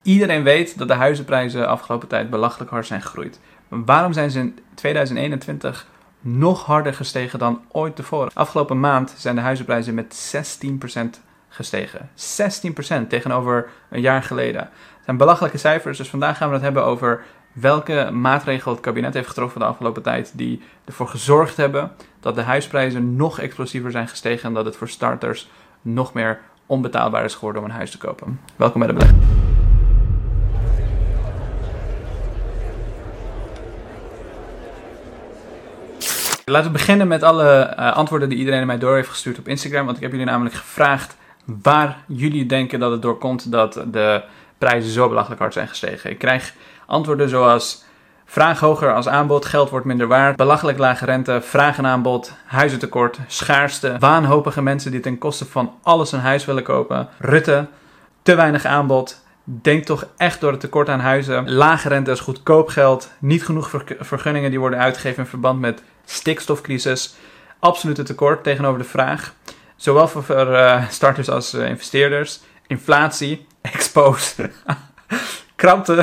Iedereen weet dat de huizenprijzen de afgelopen tijd belachelijk hard zijn gegroeid. Maar waarom zijn ze in 2021 nog harder gestegen dan ooit tevoren? Afgelopen maand zijn de huizenprijzen met 16% gestegen. 16% tegenover een jaar geleden. Dat zijn belachelijke cijfers, dus vandaag gaan we het hebben over welke maatregelen het kabinet heeft getroffen de afgelopen tijd die ervoor gezorgd hebben dat de huisprijzen nog explosiever zijn gestegen en dat het voor starters nog meer onbetaalbaar is geworden om een huis te kopen. Welkom bij de belegger. Laten we beginnen met alle antwoorden die iedereen mij door heeft gestuurd op Instagram. Want ik heb jullie namelijk gevraagd waar jullie denken dat het door komt dat de prijzen zo belachelijk hard zijn gestegen. Ik krijg antwoorden zoals vraag hoger als aanbod, geld wordt minder waard, belachelijk lage rente, vraag en aanbod, huizentekort, schaarste, waanhopige mensen die ten koste van alles een huis willen kopen, Rutte, te weinig aanbod, denk toch echt door het tekort aan huizen, lage rente is goedkoop geld, niet genoeg vergunningen die worden uitgegeven in verband met stikstofcrisis, absolute tekort tegenover de vraag, zowel voor starters als investeerders, inflatie, exposed, krapte,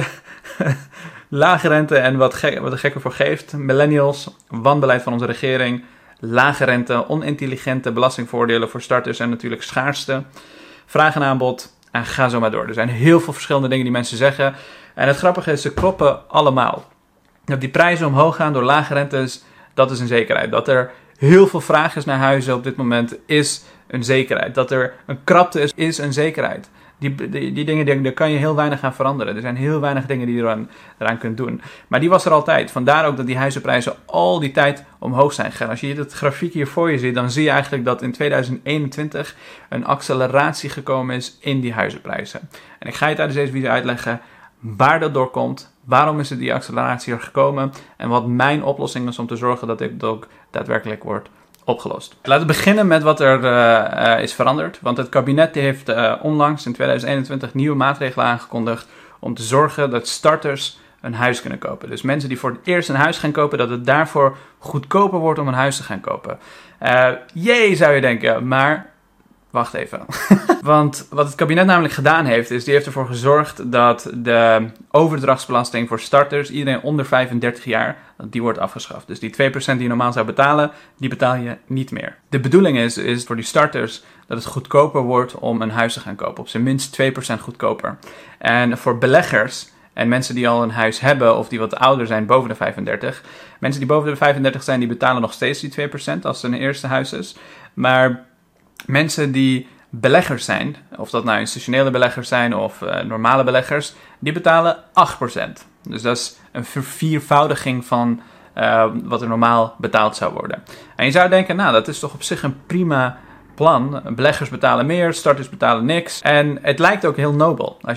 lage rente en wat de gek ervoor geeft, millennials, wanbeleid van onze regering, lage rente, onintelligente belastingvoordelen voor starters en natuurlijk schaarste, vraag en aanbod en ga zo maar door. Er zijn heel veel verschillende dingen die mensen zeggen en het grappige is, ze kloppen allemaal. Dat die prijzen omhoog gaan door lage rentes, dat is een zekerheid. Dat er heel veel vraag is naar huizen op dit moment is een zekerheid. Dat er een krapte is een zekerheid. Die dingen, daar kan je heel weinig aan veranderen. Er zijn heel weinig dingen die je eraan kunt doen. Maar die was er altijd. Vandaar ook dat die huizenprijzen al die tijd omhoog zijn gegaan. Als je het grafiek hier voor je ziet, dan zie je eigenlijk dat in 2021 een acceleratie gekomen is in die huizenprijzen. En ik ga je tijdens deze video uitleggen waar dat door komt. Waarom is die acceleratie er gekomen? En wat mijn oplossing is om te zorgen dat dit ook daadwerkelijk wordt opgelost. Laten we beginnen met wat er is veranderd. Want het kabinet heeft onlangs in 2021 nieuwe maatregelen aangekondigd om te zorgen dat starters een huis kunnen kopen. Dus mensen die voor het eerst een huis gaan kopen, dat het daarvoor goedkoper wordt om een huis te gaan kopen. Jee, zou je denken, maar wacht even. Want wat het kabinet namelijk gedaan heeft, is die heeft ervoor gezorgd dat de overdrachtsbelasting voor starters, iedereen onder 35 jaar, die wordt afgeschaft. Dus die 2% die je normaal zou betalen, die betaal je niet meer. De bedoeling is voor die starters dat het goedkoper wordt om een huis te gaan kopen. Op zijn minst 2% goedkoper. En voor beleggers en mensen die al een huis hebben of die wat ouder zijn boven de 35. Mensen die boven de 35 zijn, die betalen nog steeds die 2% als het een eerste huis is. Maar mensen die beleggers zijn, of dat nou institutionele beleggers zijn of normale beleggers, die betalen 8%. Dus dat is een verviervoudiging van wat er normaal betaald zou worden. En je zou denken, nou dat is toch op zich een prima plan. Beleggers betalen meer, starters betalen niks. En het lijkt ook heel nobel als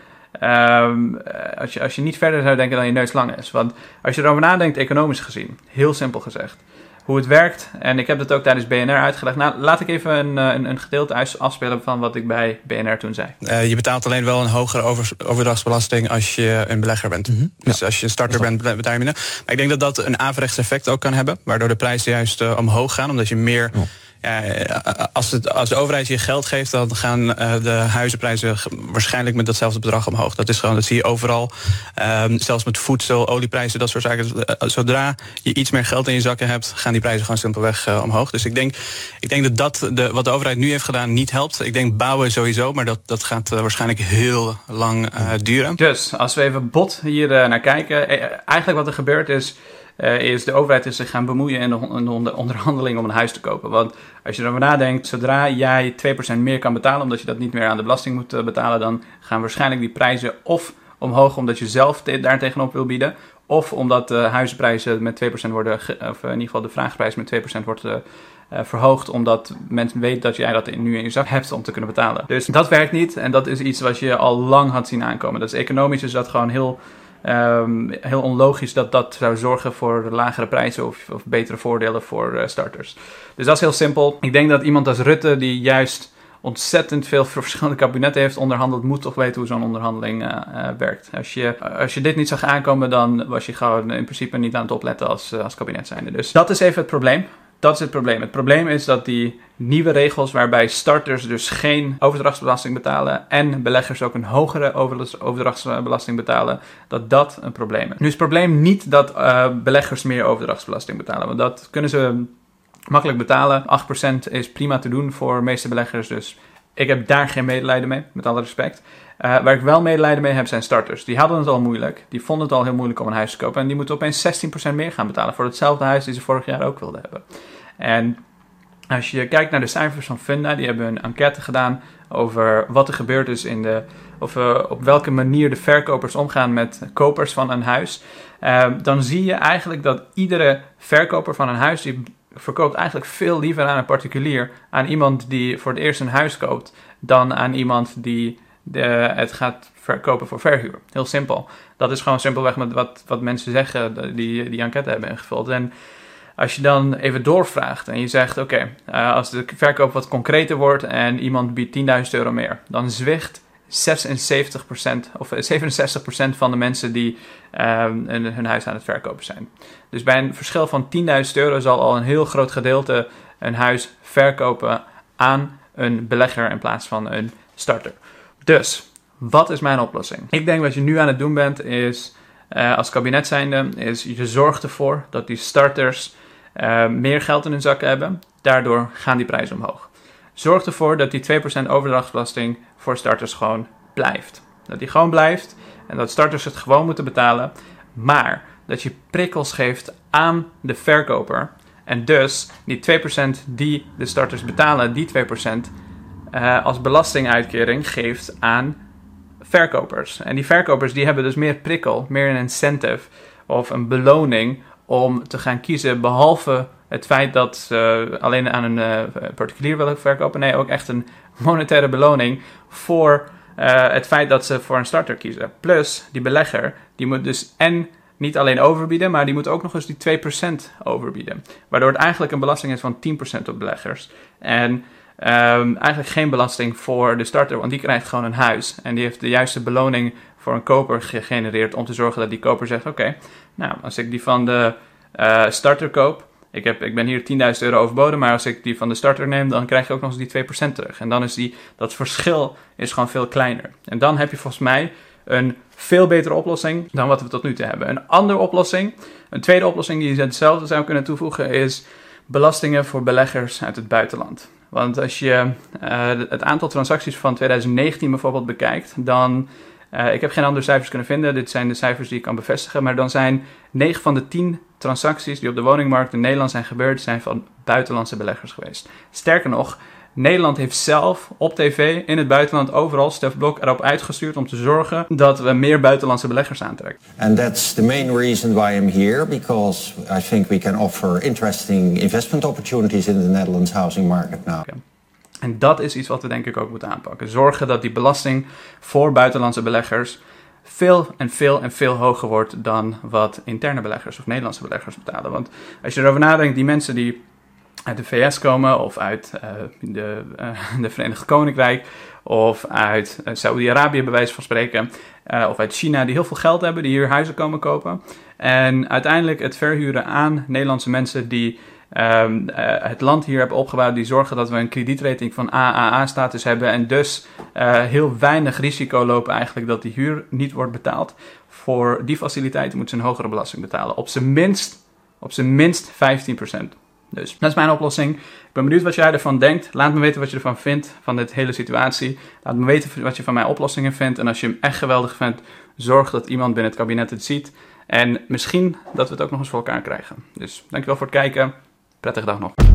je niet verder zou denken dan je neus lang is. Want als je erover nadenkt, economisch gezien, heel simpel gezegd, hoe het werkt, en ik heb dat ook tijdens BNR uitgelegd. Nou, laat ik even een gedeelte afspelen van wat ik bij BNR toen zei. Je betaalt alleen wel een hogere overdrachtsbelasting als je een belegger bent. Mm-hmm. Dus als je een starter bent, betaal je minder. Maar ik denk dat dat een averechts effect ook kan hebben, waardoor de prijzen juist omhoog gaan, omdat je meer... Als de overheid je geld geeft, dan gaan de huizenprijzen waarschijnlijk met datzelfde bedrag omhoog. Dat is gewoon, dat zie je overal. Zelfs met voedsel, olieprijzen, dat soort zaken. Zodra je iets meer geld in je zakken hebt, gaan die prijzen gewoon simpelweg omhoog. Dus ik denk dat wat de overheid nu heeft gedaan niet helpt. Ik denk bouwen sowieso, maar dat gaat waarschijnlijk heel lang duren. Dus, als we even bot hier naar kijken. Eigenlijk wat er gebeurd is de overheid is zich gaan bemoeien in de onderhandeling om een huis te kopen. Want als je erover nadenkt, zodra jij 2% meer kan betalen, omdat je dat niet meer aan de belasting moet betalen, dan gaan waarschijnlijk die prijzen of omhoog omdat je zelf daar tegenop wil bieden, of omdat de huizenprijzen met 2% worden, of in ieder geval de vraagprijs met 2% wordt verhoogd, omdat mensen weten dat jij dat nu in je zak hebt om te kunnen betalen. Dus dat werkt niet en dat is iets wat je al lang had zien aankomen. Dat is economisch, is dat gewoon heel onlogisch dat zou zorgen voor lagere prijzen of betere voordelen voor starters. Dus dat is heel simpel. Ik denk dat iemand als Rutte, die juist ontzettend veel voor verschillende kabinetten heeft onderhandeld, moet toch weten hoe zo'n onderhandeling werkt. Als je dit niet zag aankomen, dan was je gewoon in principe niet aan het opletten als kabinet zijnde. Dus dat is even het probleem. Dat is het probleem. Het probleem is dat die nieuwe regels waarbij starters dus geen overdrachtsbelasting betalen en beleggers ook een hogere overdrachtsbelasting betalen, dat een probleem is. Nu is het probleem niet dat beleggers meer overdrachtsbelasting betalen, want dat kunnen ze makkelijk betalen. 8% is prima te doen voor de meeste beleggers, dus ik heb daar geen medelijden mee, met alle respect. Waar ik wel medelijden mee heb zijn starters. Die hadden het al moeilijk. Die vonden het al heel moeilijk om een huis te kopen. En die moeten opeens 16% meer gaan betalen voor hetzelfde huis die ze vorig jaar ook wilden hebben. En als je kijkt naar de cijfers van Funda, die hebben een enquête gedaan over wat er gebeurd is op welke manier de verkopers omgaan met kopers van een huis. Dan zie je eigenlijk dat iedere verkoper van een huis, die verkoopt eigenlijk veel liever aan een particulier, aan iemand die voor het eerst een huis koopt, dan aan iemand die het gaat verkopen voor verhuur. Heel simpel. Dat is gewoon simpelweg met wat mensen zeggen die enquête hebben ingevuld. En als je dan even doorvraagt en je zegt, oké, als de verkoop wat concreter wordt en iemand biedt €10.000 meer, dan zwicht 76% of 67% van de mensen die hun huis aan het verkopen zijn. Dus bij een verschil van €10.000 zal al een heel groot gedeelte een huis verkopen aan een belegger in plaats van een starter. Dus, wat is mijn oplossing? Ik denk wat je nu aan het doen bent is, als kabinet zijnde, is je zorgt ervoor dat die starters meer geld in hun zakken hebben. Daardoor gaan die prijzen omhoog. Zorg ervoor dat die 2% overdrachtsbelasting voor starters gewoon blijft. Dat die gewoon blijft en dat starters het gewoon moeten betalen. Maar dat je prikkels geeft aan de verkoper. En dus die 2% die de starters betalen, die 2% als belastinguitkering geeft aan verkopers. En die verkopers die hebben dus meer prikkel, meer een incentive of een beloning om te gaan kiezen, behalve het feit dat ze alleen aan een particulier willen verkopen. Nee, ook echt een monetaire beloning voor het feit dat ze voor een starter kiezen. Plus, die belegger, die moet dus niet alleen overbieden, maar die moet ook nog eens die 2% overbieden. Waardoor het eigenlijk een belasting is van 10% op beleggers. En eigenlijk geen belasting voor de starter, want die krijgt gewoon een huis. En die heeft de juiste beloning voor een koper gegenereerd om te zorgen dat die koper zegt, oké, nou, als ik die van de starter koop, ik ben hier €10.000 overboden, maar als ik die van de starter neem, dan krijg je ook nog eens die 2% terug. En dan is dat verschil is gewoon veel kleiner. En dan heb je volgens mij een veel betere oplossing dan wat we tot nu toe hebben. Een andere oplossing, een tweede oplossing die je hetzelfde zou kunnen toevoegen, is belastingen voor beleggers uit het buitenland. Want als je het aantal transacties van 2019 bijvoorbeeld bekijkt, dan, ik heb geen andere cijfers kunnen vinden, dit zijn de cijfers die ik kan bevestigen, maar dan zijn 9 van de 10 transacties die op de woningmarkt in Nederland zijn gebeurd, zijn van buitenlandse beleggers geweest. Sterker nog, Nederland heeft zelf op tv in het buitenland overal Stef Blok erop uitgestuurd om te zorgen dat we meer buitenlandse beleggers aantrekken. And that's the main reason why I'm here, because I think we can offer interesting investment opportunities in the Netherlands housing market now. Okay. En dat is iets wat we denk ik ook moeten aanpakken. Zorgen dat die belasting voor buitenlandse beleggers veel hoger wordt dan wat interne beleggers of Nederlandse beleggers betalen. Want als je erover nadenkt, die mensen die uit de VS komen of uit de Verenigd Koninkrijk of uit Saoedi-Arabië bij wijze van spreken of uit China die heel veel geld hebben, die hier huizen komen kopen en uiteindelijk het verhuren aan Nederlandse mensen die het land hier hebben opgebouwd, die zorgen dat we een kredietrating van AAA-status hebben en dus heel weinig risico lopen eigenlijk dat die huur niet wordt betaald. Voor die faciliteiten moeten ze een hogere belasting betalen. Op zijn minst 15%. Dus dat is mijn oplossing. Ik ben benieuwd wat jij ervan denkt. Laat me weten wat je ervan vindt, van dit hele situatie. Laat me weten wat je van mijn oplossingen vindt. En als je hem echt geweldig vindt, zorg dat iemand binnen het kabinet het ziet. En misschien dat we het ook nog eens voor elkaar krijgen. Dus dankjewel voor het kijken. Prettige dag nog.